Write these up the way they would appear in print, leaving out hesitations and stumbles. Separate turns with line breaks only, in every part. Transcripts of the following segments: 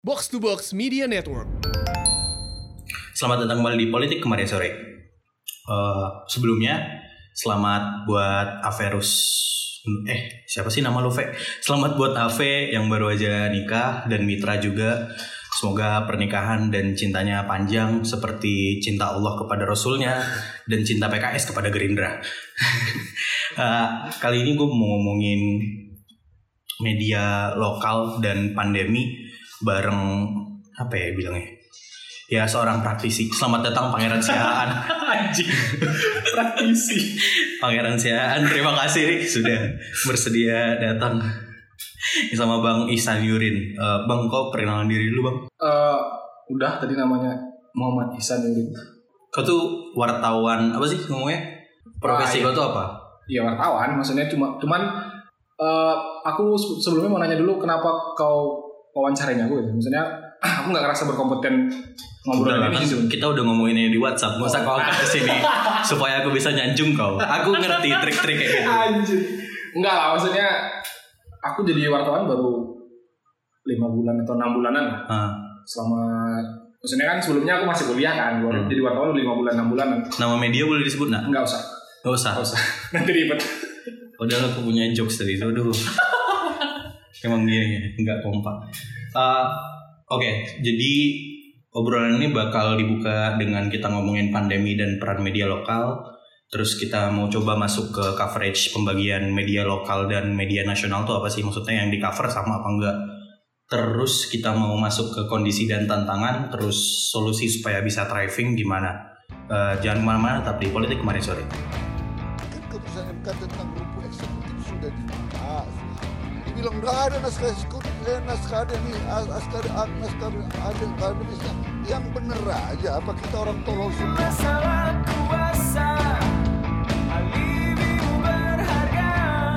Box to Box Media Network.
Selamat datang kembali di Politik Kemarin Sore. Sebelumnya, selamat buat Averus. Siapa sih nama lu, Ve? Selamat buat Ave yang baru aja nikah dan Mitra juga. Semoga pernikahan dan cintanya panjang seperti cinta Allah kepada Rasulnya dan cinta PKS kepada Gerindra. Kali ini gue mau ngomongin media lokal dan pandemi bareng apa ya bilangnya? Ya seorang praktisi. Selamat datang Pangeran Siaan.
Anjing. Praktisi.
Pangeran Siaan, terima kasih nih sudah bersedia datang. Sama Bang Ihsan Yurin. Bang, kau perkenalan diri dulu, Bang.
Udah tadi namanya Muhammad Ihsan Yurin.
Kau tuh wartawan apa sih ngomongnya? Profesi kau tuh apa?
Iya, wartawan. Maksudnya cuman aku sebelumnya mau nanya dulu kenapa kau wawancarain aku ya. Maksudnya aku nggak ngerasa berkompeten ngobrol
Udah,
ini
kan kita udah ngomongin ini di WhatsApp. Gak usah kau angkat kesini supaya aku bisa nyanjung kau. Aku ngerti trik-trik kayak gitu.
Anjir. Enggak lah, maksudnya aku jadi wartawan baru 5 bulan atau 6 bulanan lah. Selama maksudnya kan sebelumnya aku masih kuliah kan. Jadi wartawan 5 bulan 6 bulanan.
Nama media boleh disebut nggak?
Enggak usah.
Nggak usah.
Nanti ribet.
Padahal aku punya jokes dari itu dulu. Emang gini, nggak kompak. Oke, jadi obrolan ini bakal dibuka dengan kita ngomongin pandemi dan peran media lokal. Terus kita mau coba masuk ke coverage pembagian media lokal dan media nasional tuh apa sih? Maksudnya yang di cover sama apa enggak? Terus kita mau masuk ke kondisi dan tantangan. Terus solusi supaya bisa thriving gimana? Jangan kemana-mana, tapi Politik Kemarin Sore.
Kan keputusan MK tentang grup eksekutif sudah dibahas. Dibilang nggak ada naskah eksekutif, naskah ada nih, naskah ada akademisnya. Yang bener aja, apa kita orang tolol semua?
Masalah kuasa, alibimu berharga.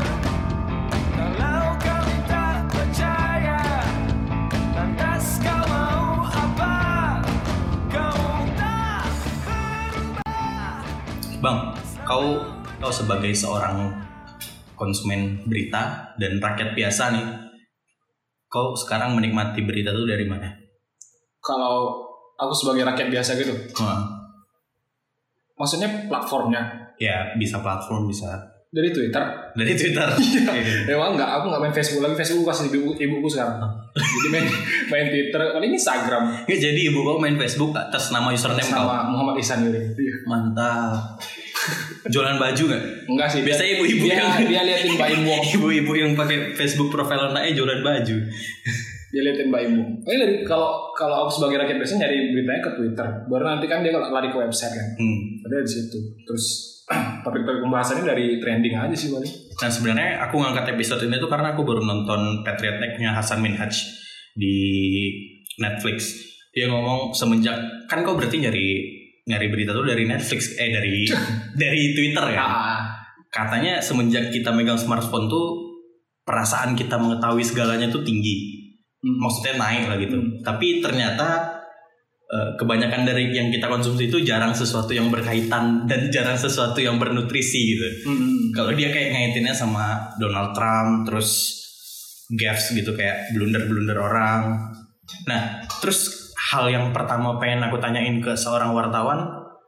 Kalau kau tak percaya, lantas kau mau apa? Kau tak berubah.
Bang, kau sebagai seorang konsumen berita dan rakyat biasa nih, kau sekarang menikmati berita tuh dari mana?
Kalau aku sebagai rakyat biasa gitu. Maksudnya platformnya?
Ya bisa platform, bisa
Dari Twitter.
dari Twitter.
Emang enggak, aku enggak main Facebook lagi. Facebook kasih ibuku sekarang. Jadi main Twitter, paling Instagram.
Ya, jadi ibu kau main Facebook atas nama username kau.
Sama Muhammad Ihsan Yurin.
Mantap. Jualan baju nggak?
Enggak sih.
Biasanya ibu-ibu
dia liatin Mbak Imwong.
Ibu-ibu yang pakai Facebook profile anaknya jualan baju.
Dia liatin Mbak Imwong. Ini dari kalau aku sebagai rakyat biasa nyari beritanya ke Twitter. Baru nanti kan dia lari ke website kan. Ada di situ. Terus topik-topik pembahasannya dari trending aja sih paling.
Nah sebenarnya aku ngangkat episode ini tuh karena aku baru nonton Patriot Act-nya Hasan Minhaj di Netflix. Dia ngomong semenjak kan kau berarti nyari berita tuh dari Netflix dari Twitter ya. Katanya semenjak kita megang smartphone tuh perasaan kita mengetahui segalanya tuh tinggi. Maksudnya naik lah gitu. Tapi ternyata kebanyakan dari yang kita konsumsi itu jarang sesuatu yang berkaitan dan jarang sesuatu yang bernutrisi gitu. Kalau dia kayak ngaitinnya sama Donald Trump, terus gaffes gitu kayak blunder-blunder orang. Nah, terus hal yang pertama pengen aku tanyain ke seorang wartawan,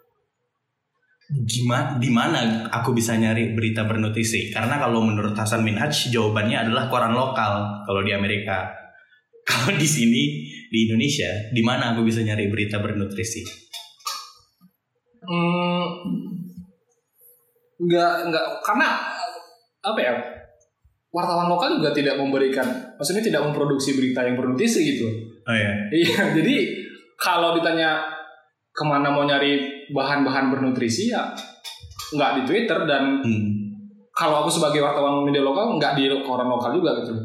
di mana aku bisa nyari berita bernutrisi? Karena kalau menurut Hasan Minhaj jawabannya adalah koran lokal kalau di Amerika. Kalau di sini di Indonesia, di mana aku bisa nyari berita bernutrisi?
Enggak karena apa ya? Wartawan lokal juga tidak memberikan, maksudnya tidak memproduksi berita yang bernutrisi gitu.
Oh ya.
Iya, jadi kalau ditanya kemana mau nyari bahan-bahan bernutrisi ya nggak di Twitter dan kalau aku sebagai wartawan media lokal nggak di koran lokal juga gitu.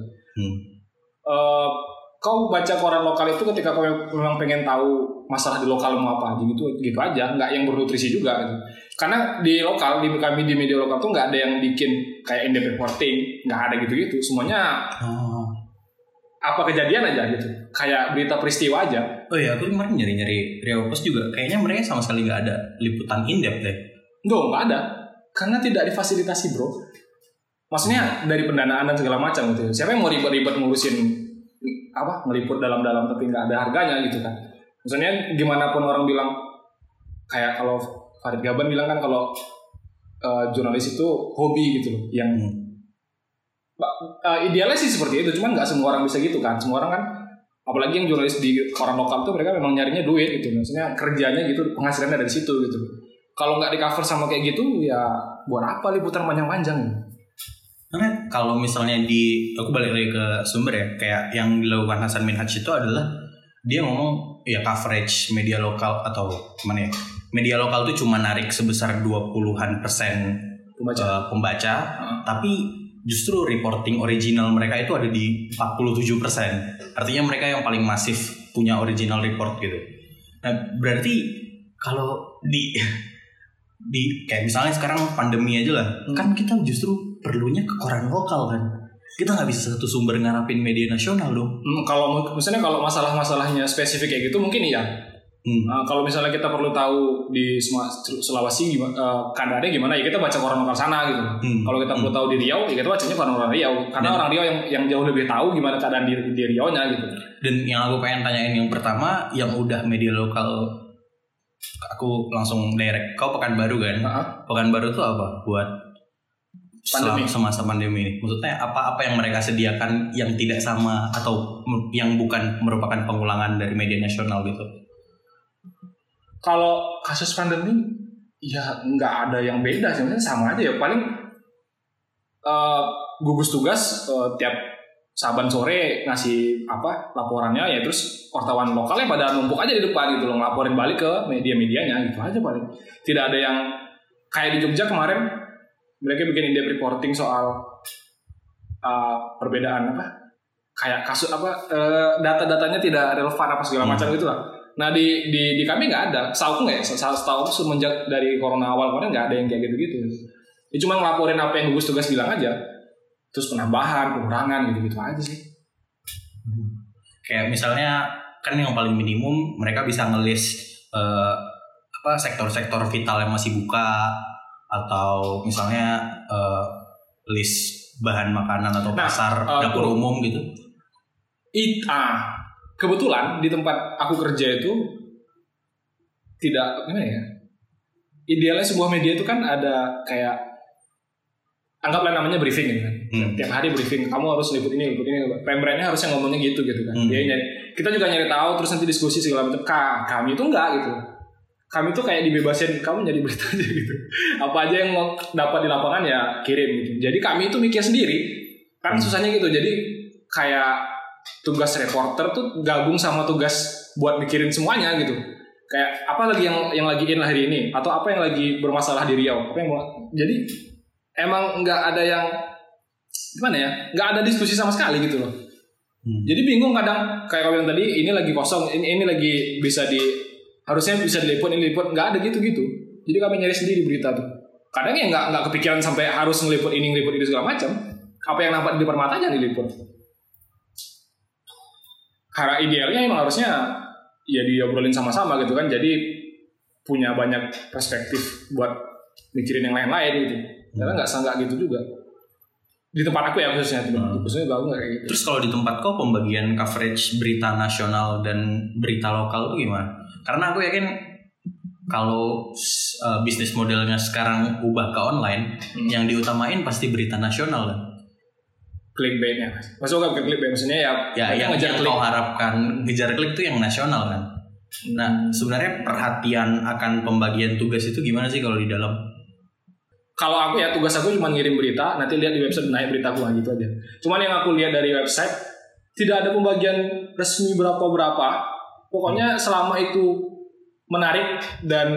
Kau baca koran lokal itu ketika kau memang pengen tahu masalah di lokal mau apa aja gitu aja, nggak yang bernutrisi juga gitu. Karena di lokal, kami di media lokal tuh nggak ada yang bikin kayak independent reporting, nggak ada gitu-gitu. Semuanya apa kejadian aja gitu, kayak berita peristiwa aja.
Oh iya, aku kemarin nyari Riau Post juga, kayaknya mereka sama sekali nggak ada liputan in-depth deh.
Nggak ada, karena tidak difasilitasi bro. Maksudnya dari pendanaan dan segala macam gitu. Siapa yang mau ribet-ribet ngurusin ngeliput dalam-dalam tapi nggak ada harganya gitu kan. Misalnya gimana pun orang bilang, kayak kalau Farid Gaban bilang kan kalau jurnalis itu hobi gitu loh, yang idealnya sih seperti itu, cuman nggak semua orang bisa gitu kan. Semua orang kan, apalagi yang jurnalis di koran lokal tuh mereka memang nyarinya duit gitu, maksudnya kerjanya gitu, penghasilannya dari situ gitu. Kalau nggak di cover sama kayak gitu ya buat apa liputan panjang-panjang gitu.
Karena kalau misalnya aku balik lagi ke sumber ya, kayak yang dilakukan Hasan Minhaj itu adalah dia ngomong ya coverage media lokal atau gimana ya, media lokal itu cuma narik sebesar 20% pembaca, tapi justru reporting original mereka itu ada di 47%. Artinya mereka yang paling masif punya original report gitu. Nah berarti kalau di kayak misalnya sekarang pandemi aja lah, kan kita justru perlunya ke koran lokal kan. Kita nggak bisa satu sumber ngarapin media nasional dong.
Kalau misalnya kalau masalah-masalahnya spesifik kayak gitu mungkin iya. Kalau misalnya kita perlu tahu di Sulawesi keadaannya gimana, ya kita baca koran lokal sana gitu. Kalau kita perlu tahu di Riau, ya kita bacanya koran lokal Riau. Karena orang Riau yang jauh lebih tahu gimana keadaan di Riau-nya gitu.
Dan yang aku pengen tanyain yang pertama, yang udah media lokal, aku langsung direct. Kau Pekanbaru kan? Pekanbaru tuh apa buat semasa pandemi ini? Maksudnya apa yang mereka sediakan yang tidak sama atau yang bukan merupakan pengulangan dari media nasional gitu?
Kalau kasus pandemi ya nggak ada yang beda, sebenarnya sama aja ya. Paling gugus tugas tiap Saban sore ngasih laporannya ya, terus wartawan lokalnya pada numpuk aja di depan gitu loh, ngelaporin balik ke media-medianya gitu aja paling. Tidak ada yang kayak di Jogja kemarin mereka bikin in-depth reporting soal perbedaan kayak kasus data-datanya tidak relevan apa segala macam gitu lah. Nah di kami nggak ada, setahu semenjak dari corona awal kemarin nggak ada yang kayak gitu-gitu. Ya cuma ngelaporin apa yang gugus tugas bilang aja, terus penambahan, pengurangan gitu-gitu aja sih.
Kayak misalnya kan yang paling minimum mereka bisa ngelis sektor-sektor vital yang masih buka, atau misalnya list bahan makanan atau pasar dapur umum gitu.
Kebetulan di tempat aku kerja itu tidak gimana ya. Idealnya sebuah media itu kan ada kayak, anggaplah namanya briefing gitu kan. Tiap hari briefing, kamu harus liput ini. Pembrandnya harusnya ngomongnya gitu kan. Kita juga nyari tahu, terus nanti diskusi segala macam. Kami itu enggak gitu. Kami tuh kayak dibebasin, kamu nyari berita aja gitu. Apa aja yang mau dapat di lapangan ya kirim gitu. Jadi kami itu mikir sendiri. Kan susahnya gitu. Jadi kayak tugas reporter tuh gabung sama tugas buat mikirin semuanya gitu. Kayak apa lagi yang lagi in hari ini, atau apa yang lagi bermasalah di Riau. Jadi emang nggak ada yang gimana ya, nggak ada diskusi sama sekali gitu loh. Jadi bingung kadang, kayak kau bilang tadi, ini lagi kosong, ini lagi harusnya bisa diliput, ini liput, nggak ada gitu-gitu. Jadi kami nyari sendiri berita tuh. Kadang ya nggak kepikiran sampai harus ngeliput ini segala macam. Apa yang nampak di depan mata aja diliput. Karena idealnya emang harusnya ya diobrolin sama-sama gitu kan. Jadi punya banyak perspektif buat mikirin yang lain-lain gitu. Karena nggak gitu juga. Di tempat aku ya khususnya bagus nggak kayak gitu.
Terus kalau di tempat kau pembagian coverage berita nasional dan berita lokal itu gimana? Karena aku yakin kalau bisnis modelnya sekarang ubah ke online, yang diutamain pasti berita nasional kan?
Clickbaitnya, maksudnya bukan clickbait, maksudnya ya
yang kau harapkan ngejar klik itu yang nasional kan? Nah sebenarnya perhatian akan pembagian tugas itu gimana sih kalau di dalam?
Kalau aku ya, tugas aku cuma ngirim berita, nanti lihat di website naik berita aku gitu aja. Cuman yang aku lihat dari website tidak ada pembagian resmi berapa. Pokoknya selama itu menarik dan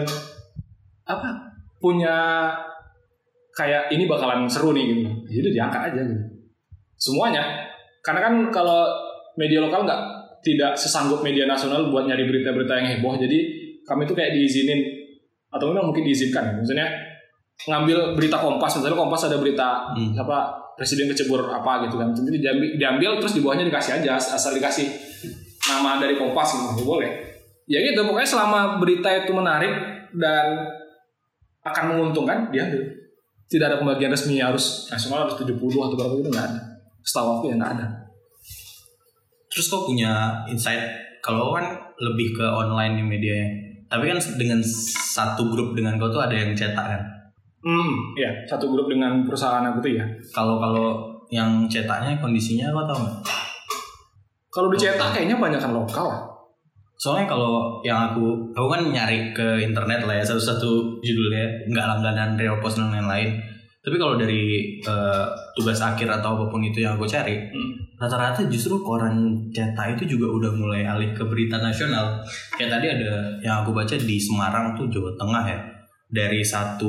punya kayak ini bakalan seru nih gitu, jadi diangkat aja gitu. Semuanya. Karena kan kalau media lokal tidak sesanggup media nasional buat nyari berita-berita yang heboh. Jadi kami tuh kayak diizinin, atau memang mungkin diizinkan ya. Maksudnya ngambil berita Kompas, misalnya Kompas ada berita presiden kecebur apa gitu kan. Jadi diambil terus di bawahnya dikasih aja, asal dikasih nama dari Kompas gitu, boleh. Ya gitu, pokoknya selama berita itu menarik dan akan menguntungkan, diambil. Tidak ada pembagian resmi harus nasional harus 70 atau berapa itu nggak ada. Setahu aku ya nggak ada.
Terus kau punya insight, kalau kan lebih ke online nih medianya. Tapi kan dengan satu grup dengan kau tuh ada yang cetak kan?
Iya, satu grup dengan perusahaan aku tuh ya.
Kalau yang cetaknya kondisinya kau tahu nggak?
Kalau dicetak kayaknya banyak kan lokal lah.
Soalnya kalau yang aku kan nyari ke internet lah ya, satu-satu judulnya, nggak langganan Real Post dan lain-lain. Tapi kalau dari tugas akhir atau apapun itu yang aku cari, rata-rata justru koran cetak itu juga udah mulai alih ke berita nasional. Kayak tadi ada yang aku baca di Semarang tuh, Jawa Tengah ya, dari satu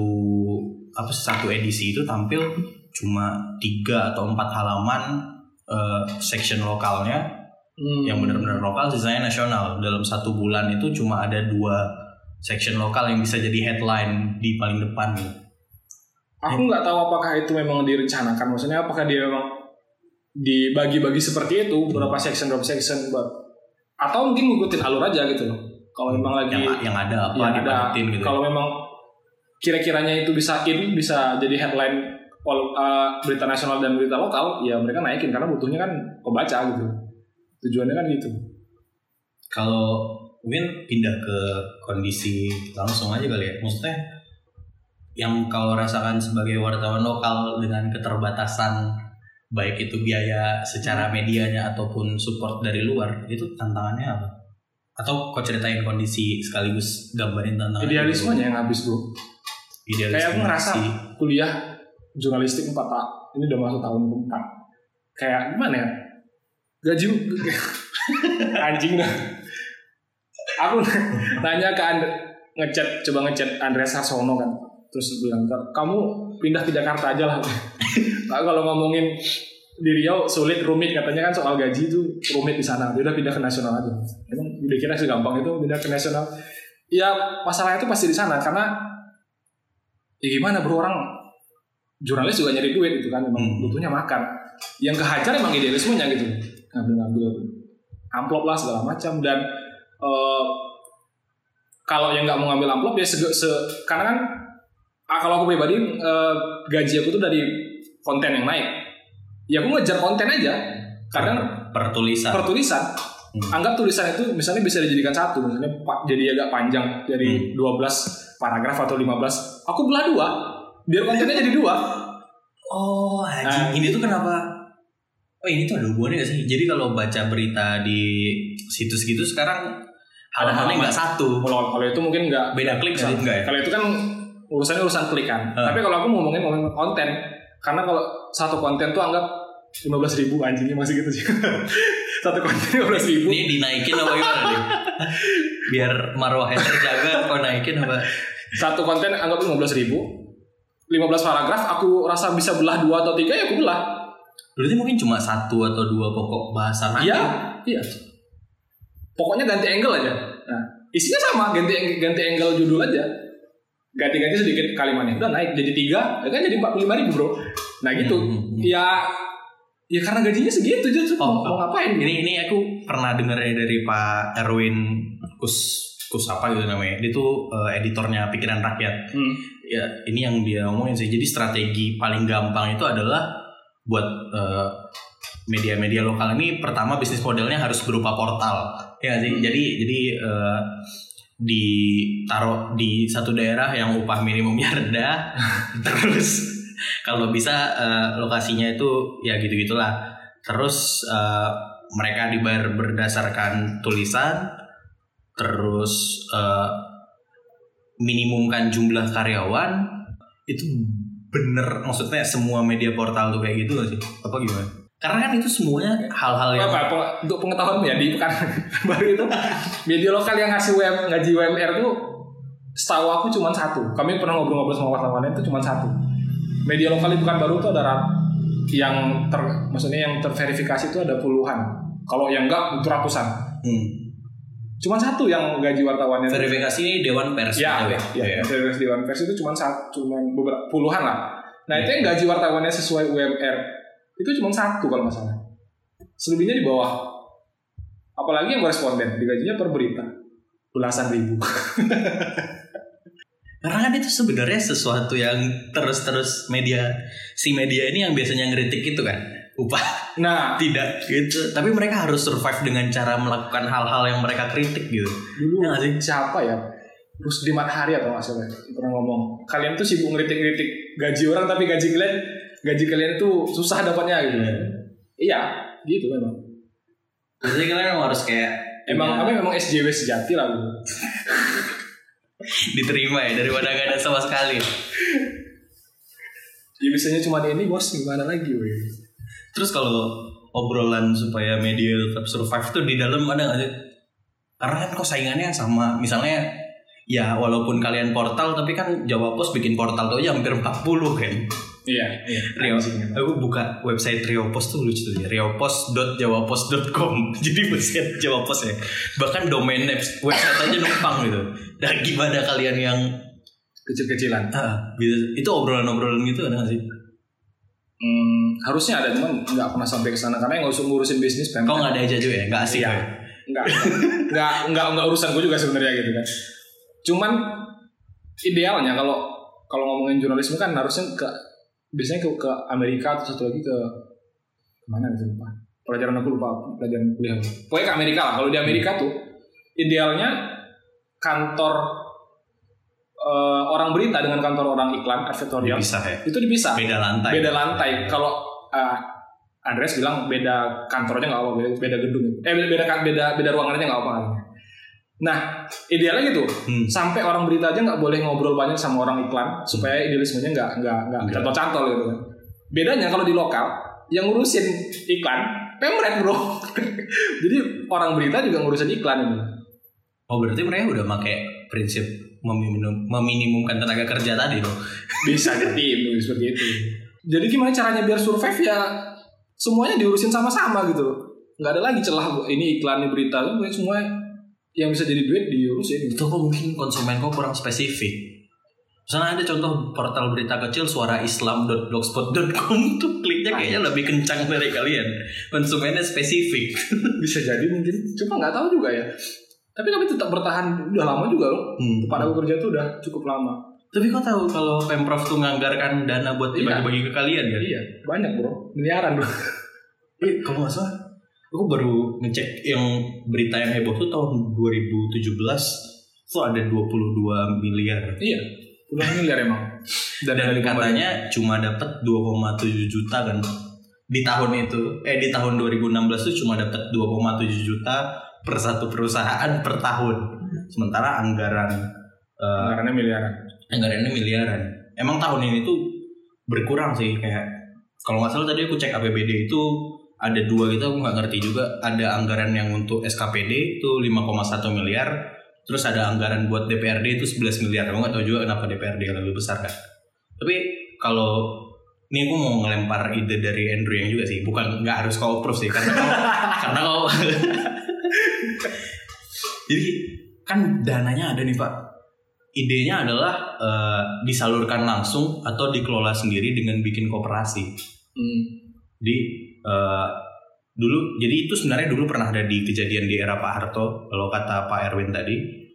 edisi itu tampil cuma 3 atau 4 halaman section lokalnya yang benar-benar lokal, sisanya nasional. Dalam 1 bulan itu cuma ada 2 section lokal yang bisa jadi headline di paling depan gitu.
Aku nggak tahu apakah itu memang direncanakan, maksudnya apakah dia memang dibagi-bagi seperti itu, berapa section, atau mungkin ngikutin alur aja gitu loh. Kalau memang lagi
yang ada apa dipaketin gitu.
Kalau memang kira-kiranya itu bisa jadi headline berita nasional dan berita lokal, ya mereka naikin karena butuhnya kan pembaca gitu. Tujuannya kan gitu.
Kalau mungkin pindah ke kondisi langsung aja kali ya. Maksudnya yang kau rasakan sebagai wartawan lokal dengan keterbatasan baik itu biaya secara medianya ataupun support dari luar, itu tantangannya apa? Atau kau ceritain kondisi sekaligus gambarin tantangan?
Idealismenya yang habis bro. Kayak aku ngerasa kuliah jurnalistik 4 tahun, ini udah masuk tahun ke-4. Kayak gimana ya? Gaji anjing dah. Aku nanya ke coba ngechat Andreas Harsono kan. Terus bilang, kamu pindah ke Jakarta aja lah. Nah, kalau ngomongin di Riau sulit, rumit katanya kan soal gaji itu rumit di sana. Dia udah pindah ke nasional aja. Emang udah kira segampang itu pindah ke nasional? Ya masalahnya itu pasti di sana karena ya gimana bro, orang jurnalis juga nyari duit itu kan, memang butuhnya makan. Yang kehajar emang idealismenya gitu, ngambil amplop lah segala macam. Dan kalau yang nggak mau ngambil amplop ya karena kan kalau aku pribadi gaji aku tuh dari konten yang naik. Ya aku ngejar konten aja. Kadang pertulisan. Anggap tulisan itu misalnya bisa dijadikan 1, misalnya jadi agak panjang dari 12 paragraf atau 15. Aku belah 2 biar kontennya jadi 2.
Oh, anjing. Ini tuh kenapa? Oh, ini tuh ada hubungannya gak sih? Jadi kalau baca berita di situs gitu sekarang halamannya nggak 1.
Kalau itu mungkin nggak
beda klik sih, enggak ya?
Kalau itu kan urusan klik kan. Tapi kalau aku ngomongin konten, karena kalau satu konten tuh anggap 15.000, anjingnya masih gitu sih. Satu konten 15.000.
Ini dinaikin apa gimana nih? Biar marwahnya terjaga, kau naikin apa?
Satu konten anggap 15.000. 15 paragraf aku rasa bisa belah 2 atau 3 ya aku belah.
Berarti mungkin cuma 1 atau 2 pokok bahasan aja.
Iya. Pokoknya ganti angle aja. Nah, isinya sama, ganti angle judul aja. Ganti-ganti sedikit kalimatnya. Udah naik jadi 3, ya kan jadi 45.000 bro. Nah gitu. Ya karena gajinya segitu aja. Mau ngapain?
Ini aku pernah dengar dari Pak Erwin Kus apa gitu namanya. Dia tuh editornya Pikiran Rakyat. Ya ini yang dia ngomongin sih. Jadi strategi paling gampang itu adalah buat media-media lokal ini, pertama bisnis modelnya harus berupa portal. Ya sih. Jadi ditaruh di satu daerah yang upah minimumnya rendah. Terus kalau bisa lokasinya itu ya gitu-gitulah. Terus mereka dibayar berdasarkan tulisan. Terus minimumkan jumlah karyawan. Itu bener, maksudnya semua media portal tuh kayak gitu gak sih? Apa gimana? Karena kan itu semuanya hal-hal yang
untuk pengetahuan ya, di pekan baru itu media lokal yang ngasih gaji UMR tuh setahu aku cuma 1. Kami pernah ngobrol-ngobrol sama wartawan itu cuma 1. Media lokal di pekan baru itu ada yang maksudnya yang terverifikasi itu ada puluhan. Kalau yang enggak itu ratusan. Cuma 1 yang gaji wartawannya.
Verifikasi ini Dewan Pers.
Ya. Verifikasi Dewan Pers itu cuma beberapa puluhan lah. Nah itu yang gaji wartawannya sesuai UMR itu cuma 1 kalau nggak salah. Selebihnya di bawah. Apalagi yang koresponden digajinya per berita belasan ribu.
Karena kan itu sebenarnya sesuatu yang terus media ini yang biasanya ngeritik itu kan. upah.
Nah,
Tidak gitu. Tapi mereka harus survive dengan cara melakukan hal-hal yang mereka kritik gitu.
dulu
Ya nggak sih?
siapa ya? Rusdi Mathari atau nggak salah pernah ngomong, kalian tuh sibuk ngeritik-ngeritik gaji orang tapi gaji kalian tuh susah dapatnya gitu. Iya, gitu memang.
Jadi kalian harus kayak
Emang kami memang SJW sejati lah gitu.
diterima ya daripada gak ada sama sekali.
Ya biasanya cuma ini bos, gimana lagi weh.
Terus kalau obrolan supaya media tetap survive tuh di dalam ada nggak sih? Karena kan kok saingannya sama, misalnya ya walaupun kalian portal tapi kan Jawa Pos bikin portal tuh aja hampir 40 kan.
Iya.
Rio, aku buka website Rio Pos tuh lucu tuh ya, riopos.jawapos.com. Jadi website Jawa Pos ya. Bahkan domain website aja numpang gitu. Dan gimana kalian yang
Kecil-kecilan.
itu obrolan-obrolan gitu ada nggak sih?
Harusnya ada, cuman nggak pernah sampai ke sana karena nggak usah ngurusin bisnis.
Kok nggak ada aja juga ya? Nggak asik ya?
Nggak urusan gue juga sebenarnya gitu kan. Cuman idealnya kalau ngomongin jurnalisme kan harusnya biasanya ke Amerika atau satu lagi ke mana gitu lupa. Pelajaran kuliah. Pokoknya ke Amerika lah. Kalau di Amerika tuh idealnya kantor orang berita dengan kantor orang iklan editorial
Dipisah ya?
itu dipisah.
Beda lantai.
Kalau Andres bilang beda kantornya nggak apa, beda gedung. Beda ruangannya nggak apa. Nah, idealnya gitu. Sampai orang berita aja nggak boleh ngobrol banyak sama orang iklan supaya idealismenya nggak cantol-cantol gitu kan. Bedanya kalau di lokal yang ngurusin iklan pemret bro. Jadi orang berita juga ngurusin iklan ini.
Oh berarti mereka udah pakai prinsip meminimumkan tenaga kerja tadi dong.
Bisa jadi seperti itu. Jadi gimana caranya biar survive ya semuanya diurusin sama-sama gitu. Nggak ada lagi celah ini iklan ini berita tuh semua yang bisa jadi duit diurusin.
Itu kok mungkin konsumen kok kurang spesifik. Misalnya ada contoh portal berita kecil suaraislam.blogspot.com tuh kliknya kayaknya lebih kencang dari kalian. Konsumennya spesifik.
Bisa jadi mungkin. Cuma nggak tahu juga ya. Tapi kami tetap bertahan udah lama juga loh. Tempat aku kerja tuh udah cukup lama.
Tapi kok tahu kalau Pemprov tuh nganggarkan dana buat dibagi-bagi ke kalian kan?
Iya, banyak bro, miliaran bro.
Kalau nggak salah, aku baru ngecek yang berita yang heboh tuh tahun 2017 tuh ada 22 miliar.
Iya, puluhan miliar emang.
Dan katanya cuma dapat 2,7 juta kan di tahun itu. Di tahun 2016 tuh cuma dapat 2,7 juta per satu perusahaan per tahun. Sementara anggarannya miliaran. Emang tahun ini tuh berkurang sih, kayak kalau nggak salah tadi aku cek APBD itu ada 2 gitu, aku nggak ngerti juga. Ada anggaran yang untuk SKPD itu 5,1 miliar, terus ada anggaran buat DPRD itu 11 miliar. Aku nggak tahu juga kenapa DPRD yang lebih besar kan. Tapi kalau ini aku mau ngelempar ide dari Andrew yang juga sih, bukan nggak harus kau approve sih, karena kau jadi kan dananya ada nih Pak. Idenya adalah disalurkan langsung atau dikelola sendiri dengan bikin koperasi. Dulu, jadi itu sebenarnya dulu pernah ada di kejadian di era Pak Harto. Kalau kata Pak Erwin tadi,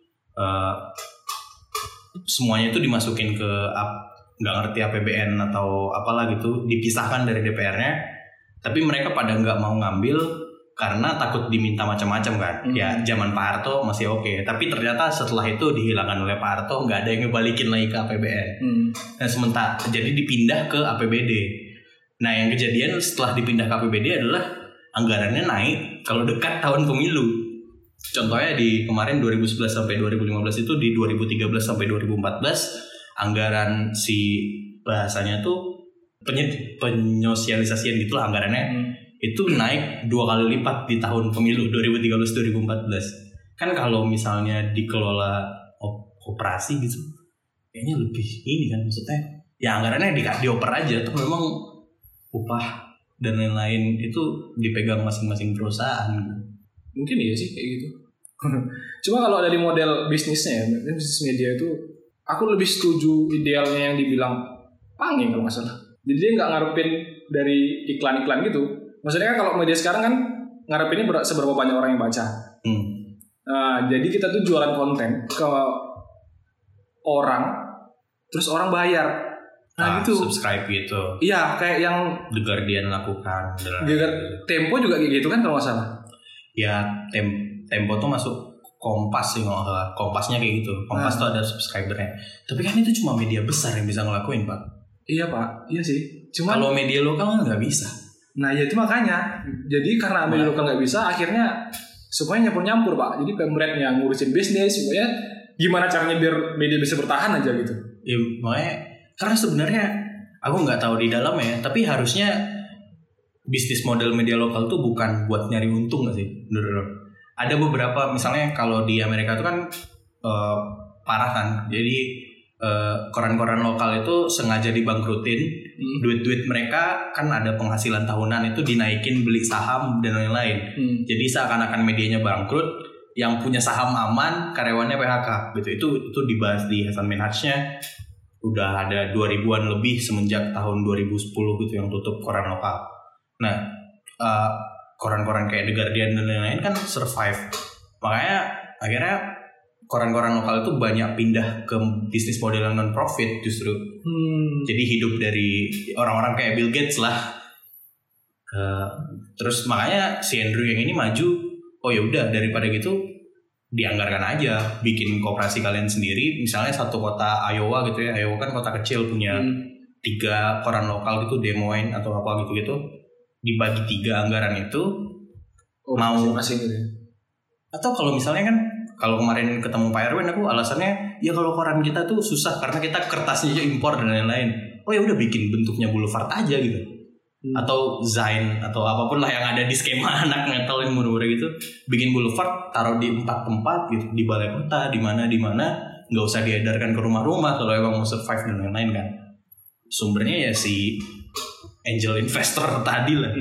semuanya itu dimasukin ke nggak ngerti APBN atau apalah gitu, dipisahkan dari DPR-nya. Tapi mereka pada nggak mau ngambil karena takut diminta macam-macam kan. Ya zaman Pak Harto masih oke. Tapi ternyata setelah itu dihilangkan oleh Pak Harto, nggak ada yang ngebalikin lagi ke APBN. Dan sementara jadi dipindah ke APBD. Nah yang kejadian setelah dipindah ke APBD adalah anggarannya naik kalau dekat tahun pemilu. Contohnya di kemarin 2011 sampai 2015 itu, di 2013 sampai 2014 anggaran si bahasanya tuh penyosialisasian gitulah anggarannya itu naik 2 kali lipat di tahun pemilu 2013-2014. Kan kalau misalnya dikelola koperasi gitu kayaknya lebih ini kan, maksudnya ya anggarannya dioper aja tuh, memang upah dan lain-lain itu dipegang masing-masing perusahaan.
Mungkin iya sih kayak gitu. Cuma kalau dari model bisnisnya ya, bisnis media itu aku lebih setuju idealnya yang dibilang Pange kalau nggak salah. Jadi dia nggak ngarepin dari iklan-iklan gitu. Maksudnya kan kalau media sekarang kan ngarepinnya seberapa banyak orang yang baca. Nah, jadi kita tuh jualan konten ke orang, terus orang bayar. Nah gitu.
Subscribe gitu.
Iya, kayak yang
The Guardian lakukan.
Tempo juga kayak gitu kan kalau nggak salah.
Ya Tempo tuh masuk Kompas sih kalau nggak salah. Kompasnya kayak gitu. Kompas tuh ada subscribernya. Tapi kan itu cuma media besar yang bisa ngelakuin, Pak.
Iya Pak, iya sih. Cuma
kalau media lokal kan nggak bisa.
Nah ya itu makanya. Jadi karena media lokal nggak bisa, akhirnya semuanya nyampur Pak. Jadi pemret yang ngurusin bisnis, semuanya gimana caranya biar media bisa bertahan aja gitu.
Ya makanya karena sebenarnya aku nggak tahu di dalam ya, tapi harusnya bisnis model media lokal tuh bukan buat nyari untung nggak sih? Ada beberapa misalnya kalau di Amerika itu kan parah kan, jadi koran-koran lokal itu sengaja dibangkrutin, duit-duit mereka kan ada penghasilan tahunan itu dinaikin beli saham dan lain-lain. Jadi seakan-akan medianya bangkrut, yang punya saham aman, karyawannya PHK gitu. Itu dibahas di Hasan Minhajnya. Udah ada 2000-an lebih semenjak tahun 2010 gitu yang tutup koran lokal. Nah, koran-koran kayak The Guardian dan lain-lain kan survive. Makanya akhirnya koran-koran lokal itu banyak pindah ke bisnis model yang non-profit justru. Jadi hidup dari orang-orang kayak Bill Gates lah. Terus makanya si Andrew yang ini maju, oh ya udah daripada gitu dianggarkan aja bikin koperasi kalian sendiri, misalnya satu kota Iowa gitu ya. Iowa kan kota kecil punya 3 koran lokal gitu, Des Moines atau apa gitu-gitu, dibagi 3 anggaran itu mau
masing-masing gitu ya.
Atau kalau misalnya kan kalau kemarin ketemu Pak Erwin aku alasannya ya kalau koran kita tuh susah karena kita kertasnya aja impor dan lain-lain. Oh ya udah bikin bentuknya boulevard aja gitu. Atau Zain atau apapun lah yang ada di skema anak metal yang murah-murah gitu, bikin boulevard taruh di 4 tempat gitu, di balai kota, di mana nggak usah diedarkan ke rumah-rumah kalau emang mau survive dan lain-lain kan. Sumbernya ya si angel investor tadi lah.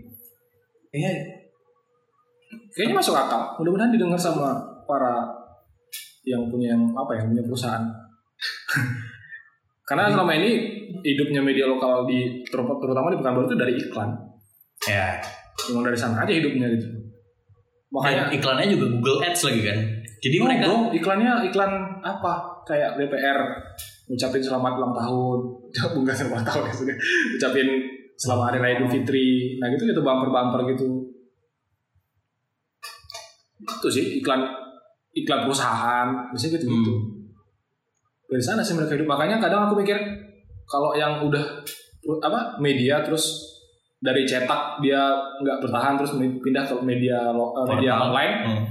Kayaknya masuk akal. Mudah-mudahan didengar sama para yang punya punya perusahaan. Karena selama ini hidupnya media lokal terutama di Pekanbaru itu dari iklan.
Ya.
Cuma dari sana aja hidupnya gitu. Makanya
iklannya juga Google Ads lagi kan. Jadi mereka
iklannya iklan apa? Kayak DPR ngucapin selamat ulang tahun. Enggak selamat tahun ya sudah. Ucapin selamat hari raya Idul Fitri. Nah gitu bumper-bumper gitu. Itu sih iklan perusahaan, biasanya gitu. Dari sana sih mereka hidup. Makanya kadang aku mikir kalau yang udah media terus dari cetak dia nggak bertahan terus pindah ke media online,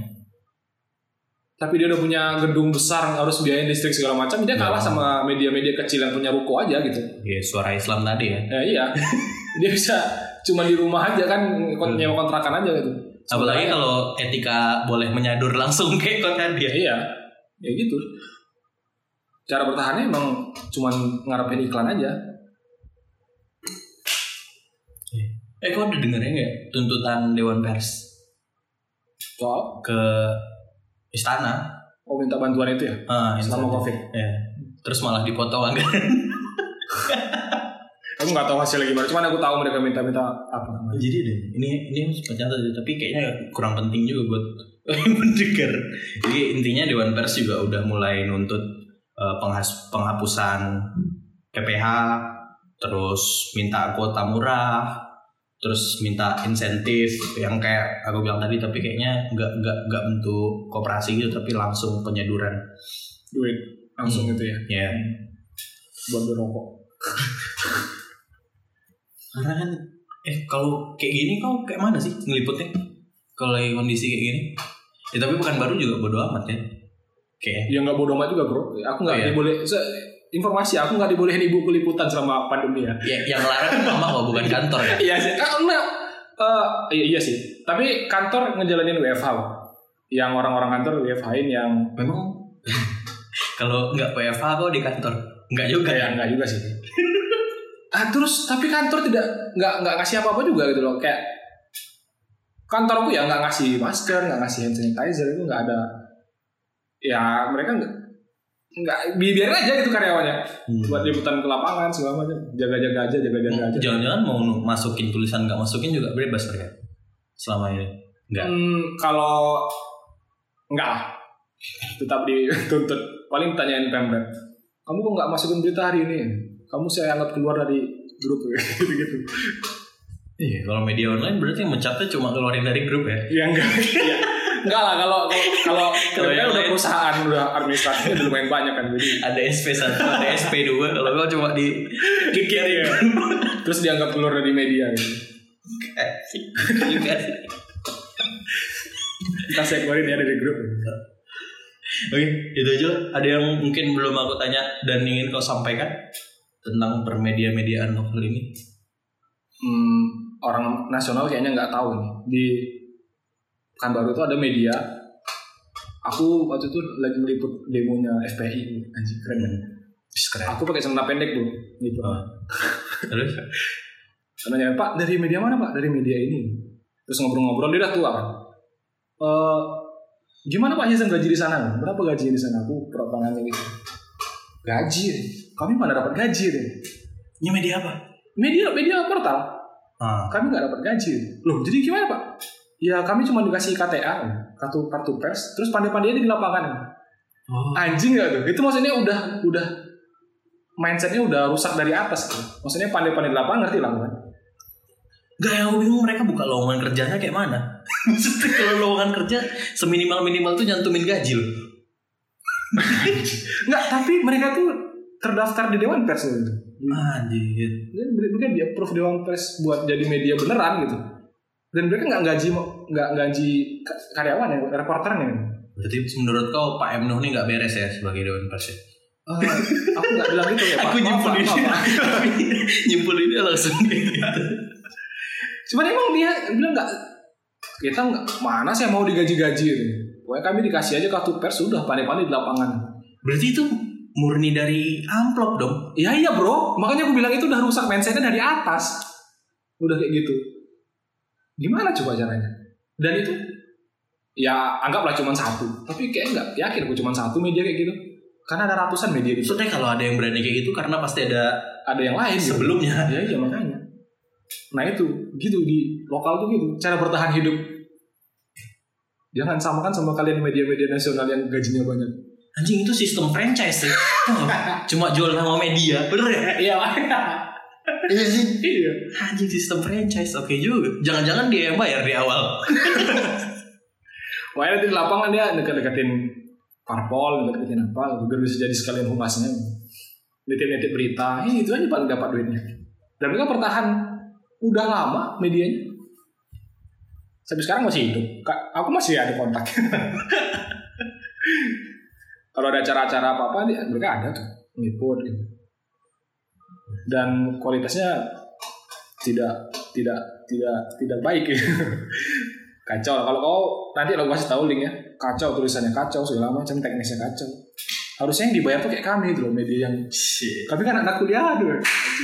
tapi dia udah punya gedung besar harus biayain listrik segala macam, dia kalah sama media-media kecil yang punya ruko aja gitu.
Iya, Suara Islam tadi ya.
Iya, dia bisa cuma di rumah aja kan nyewa kontrakan aja gitu.
Apalagi kalau etika boleh menyadur langsung kayak konten dia.
Iya, ya gitu. Cara bertahannya emang cuma ngarepin iklan aja.
Kau udah dengerin nggak tuntutan Dewan Pers ke istana?
Oh, minta bantuan itu ya? Selama COVID.
Ya. Terus malah dipotong anggaran.
Aku nggak tahu hasilnya gimana. Cuman aku tahu mereka minta apa.
Jadi deh, ini sempat nyata, tapi kayaknya kurang penting juga buat mendengar. Jadi intinya Dewan Pers juga udah mulai nuntut penghapusan PPH, terus minta kuota murah, terus minta insentif yang kayak aku bilang tadi, tapi kayaknya nggak bentuk koperasi gitu, tapi langsung penyaduran
duit langsung gitu ya.
Ya.
Buat berokok.
Karena kan kalau kayak gini kau kayak mana sih ngeliputnya? Kalau lagi kondisi kayak gini. Ya tapi Pekanbaru juga bodo amat ya. Kayak
ya nggak bodo amat juga bro. Aku nggak diboleh. Informasi aku nggak dibolehin ibu liputan selama pandemi ya.
Yang larang kan mama kok, bukan kantor ya.
Iya sih. Iya sih. Tapi kantor ngejalanin WFH. Yang orang-orang kantor WFH-in yang
memang kalau nggak WFH kok di kantor. Nggak juga ya.
Nggak juga sih. Terus tapi kantor nggak ngasih apa-apa juga gitu loh. Kayak kantorku ya nggak ngasih masker, nggak ngasih hand sanitizer, itu nggak ada. Ya mereka nggak biarin aja gitu karyawannya buat liputan ke lapangan segala macam, jaga-jaga aja.
Jangan-jangan mau masukin tulisan nggak masukin juga bebas mereka selama ini? Nggak.
Kalau nggak lah, tetap dituntut. Paling tanyain Pemret, kamu kok nggak masukin berita hari ini? Kamu saya anggap keluar dari grup gitu.
Iya, kalau media online berarti yang mencatnya cuma keluarin dari grup ya.
Ya enggak. Ya. Enggak lah kalau
yang
udah
lain.
perusahaan udah administrasinya udah lumayan banyak kan jadi.
Ada SP1, ada SP2, kalau kau cuma di kiri ya.
Terus dianggap keluar dari media gitu. Kita saya keluarin ya dari grup.
Oke, itu aja. Ada yang mungkin belum aku tanya dan ingin kau sampaikan tentang permedia-mediaan lokal ini?
Orang nasional kayaknya nggak tahu nih. Di Pekanbaru itu ada media. Aku waktu itu lagi meliput demonya FPI, anjing keren kan?
Keren.
Aku pakai celana pendek bro, gitu.
Terus?
Karena Pak dari media mana Pak? Dari media ini. Terus ngobrol-ngobrol dia udah tua kan. Gimana Pak Hasan gaji di sana? Berapa gaji di sana? Aku perapangannya gitu. Gaji? Kami mana dapat gaji deh?
Ini media apa?
Media portal. Kami nggak dapat gaji. Loh, jadi gimana Pak? Ya kami cuma dikasih KTA, kartu pers, terus pandai-pandainya di lapangan. Anjing nggak tuh? Itu maksudnya udah mindsetnya udah rusak dari atas tuh. Maksudnya pandai-pandai di lapangan ngerti lah kan?
Gak, yang aku bingung mereka buka lowongan kerjanya kayak mana? Maksudnya kalau lowongan kerja seminimal-minimal tuh nyantumin gaji loh.
Nggak, tapi mereka tuh terdaftar di Dewan Pers gitu.
Anjir.
Mereka di approve Dewan Pers buat jadi media beneran gitu. Dan mereka nggak gaji karyawan ya, reporternya.
Berarti menurut kau Pak M Nuh ini nggak beres ya sebagai Dewan Pers ya?
Aku nggak bilang gitu ya Pak.
Aku nyimpulin ini langsung gitu.
Cuman emang dia bilang kita nggak mana sih mau digaji-gaji gitu. Pokoknya kami dikasih aja kartu pers sudah pandai-pandai di lapangan.
Berarti itu murni dari amplop dong?
Iya bro, makanya aku bilang itu udah rusak mindsetnya dari atas. Udah kayak gitu. Gimana coba caranya? Dan itu ya anggaplah cuma satu, tapi kayak nggak yakin aku cuma satu media kayak gitu. Karena ada ratusan media gitu.
Maksudnya kalau ada yang berani kayak gitu karena pasti ada
yang lain gitu.
sebelumnya.
Ya iya makanya. Nah itu gitu di lokal tuh gitu cara bertahan hidup. Jangan samakan sama kalian media-media nasional yang gajinya banyak.
Anjing, itu sistem franchise sih. Cuma jual nama media, bener ya?
Iya.
Iya sih.
Iya.
Anjing, sistem franchise, oke juga. Jangan-jangan dia yang bayar di awal.
Wah nanti di lapangan dia dekat-dekatin parpol, dekat-deketin apa, biar bisa jadi sekalian humasnya. Nitip-nitip berita, itu aja paling dapat duitnya. Dan mereka bertahan udah lama medianya. Sampai sekarang masih hidup. Aku masih ada kontak. Kalau ada acara-acara apa-apa, mereka ada tuh ngeliput gitu. Dan kualitasnya tidak baik gitu. Kacau. Kalau kau nanti aku kasih tahu linknya, kacau tulisannya kacau segala macam, teknisnya kacau. Harusnya yang dibayar tuh kayak kami tuh media yang kami kan anak kuliah tuh.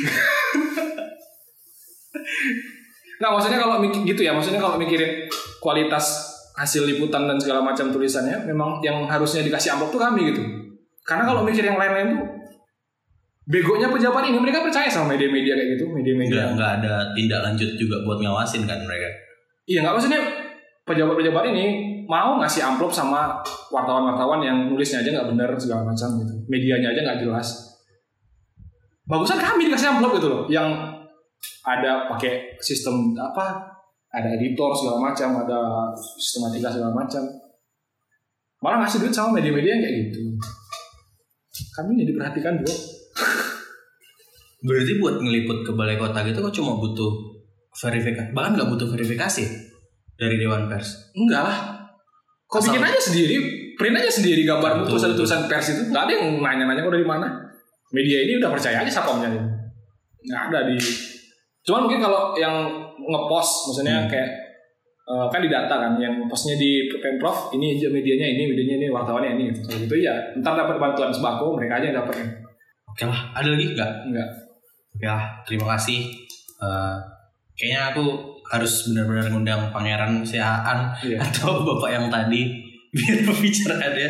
Nggak, maksudnya kalau gitu ya, maksudnya kalau mikirin kualitas hasil liputan dan segala macam tulisannya, memang yang harusnya dikasih amplop tuh kami gitu. Karena kalau mikir yang lain-lain tuh begonya pejabat ini, mereka percaya sama media-media kayak gitu, media-media.
Nggak ada tindak lanjut juga buat ngawasin kan mereka.
Iya, nggak, maksudnya pejabat-pejabat ini mau ngasih amplop sama wartawan-wartawan yang nulisnya aja nggak benar segala macam gitu, medianya aja nggak jelas. Bagusan kami dikasih amplop gitu loh, yang ada pakai sistem apa, ada editor segala macam, ada sistematika segala macam. Malah ngasih duit sama media-media yang kayak gitu. Kami ini diperhatikan bro.
Berarti buat ngeliput ke balai kota gitu kok cuma butuh verifikasi, bahkan nggak butuh verifikasi dari Dewan Pers?
Enggak lah. Kau bikin aja sendiri, print aja sendiri gambarmu, terus ada tulisan pers itu, nggak ada yang nanya-nanya kok dari mana. Media ini udah percaya aja satpamnya. Nggak ada di. Cuman mungkin kalau yang ngepost, maksudnya kayak kan di data kan, yang postnya di Pemprov, ini medianya ini, wartawannya ini, gitu. Kalau gitu ya, ntar dapat bantuan sembako, mereka aja yang dapat.
Oke lah, ada lagi nggak?
Enggak.
Oke lah, terima kasih. Kayaknya aku harus benar-benar ngundang Pangeran Siaan atau Bapak yang tadi biar pembicaraannya.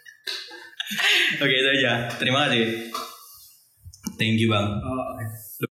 Oke, itu aja. Terima kasih. Thank you Bang.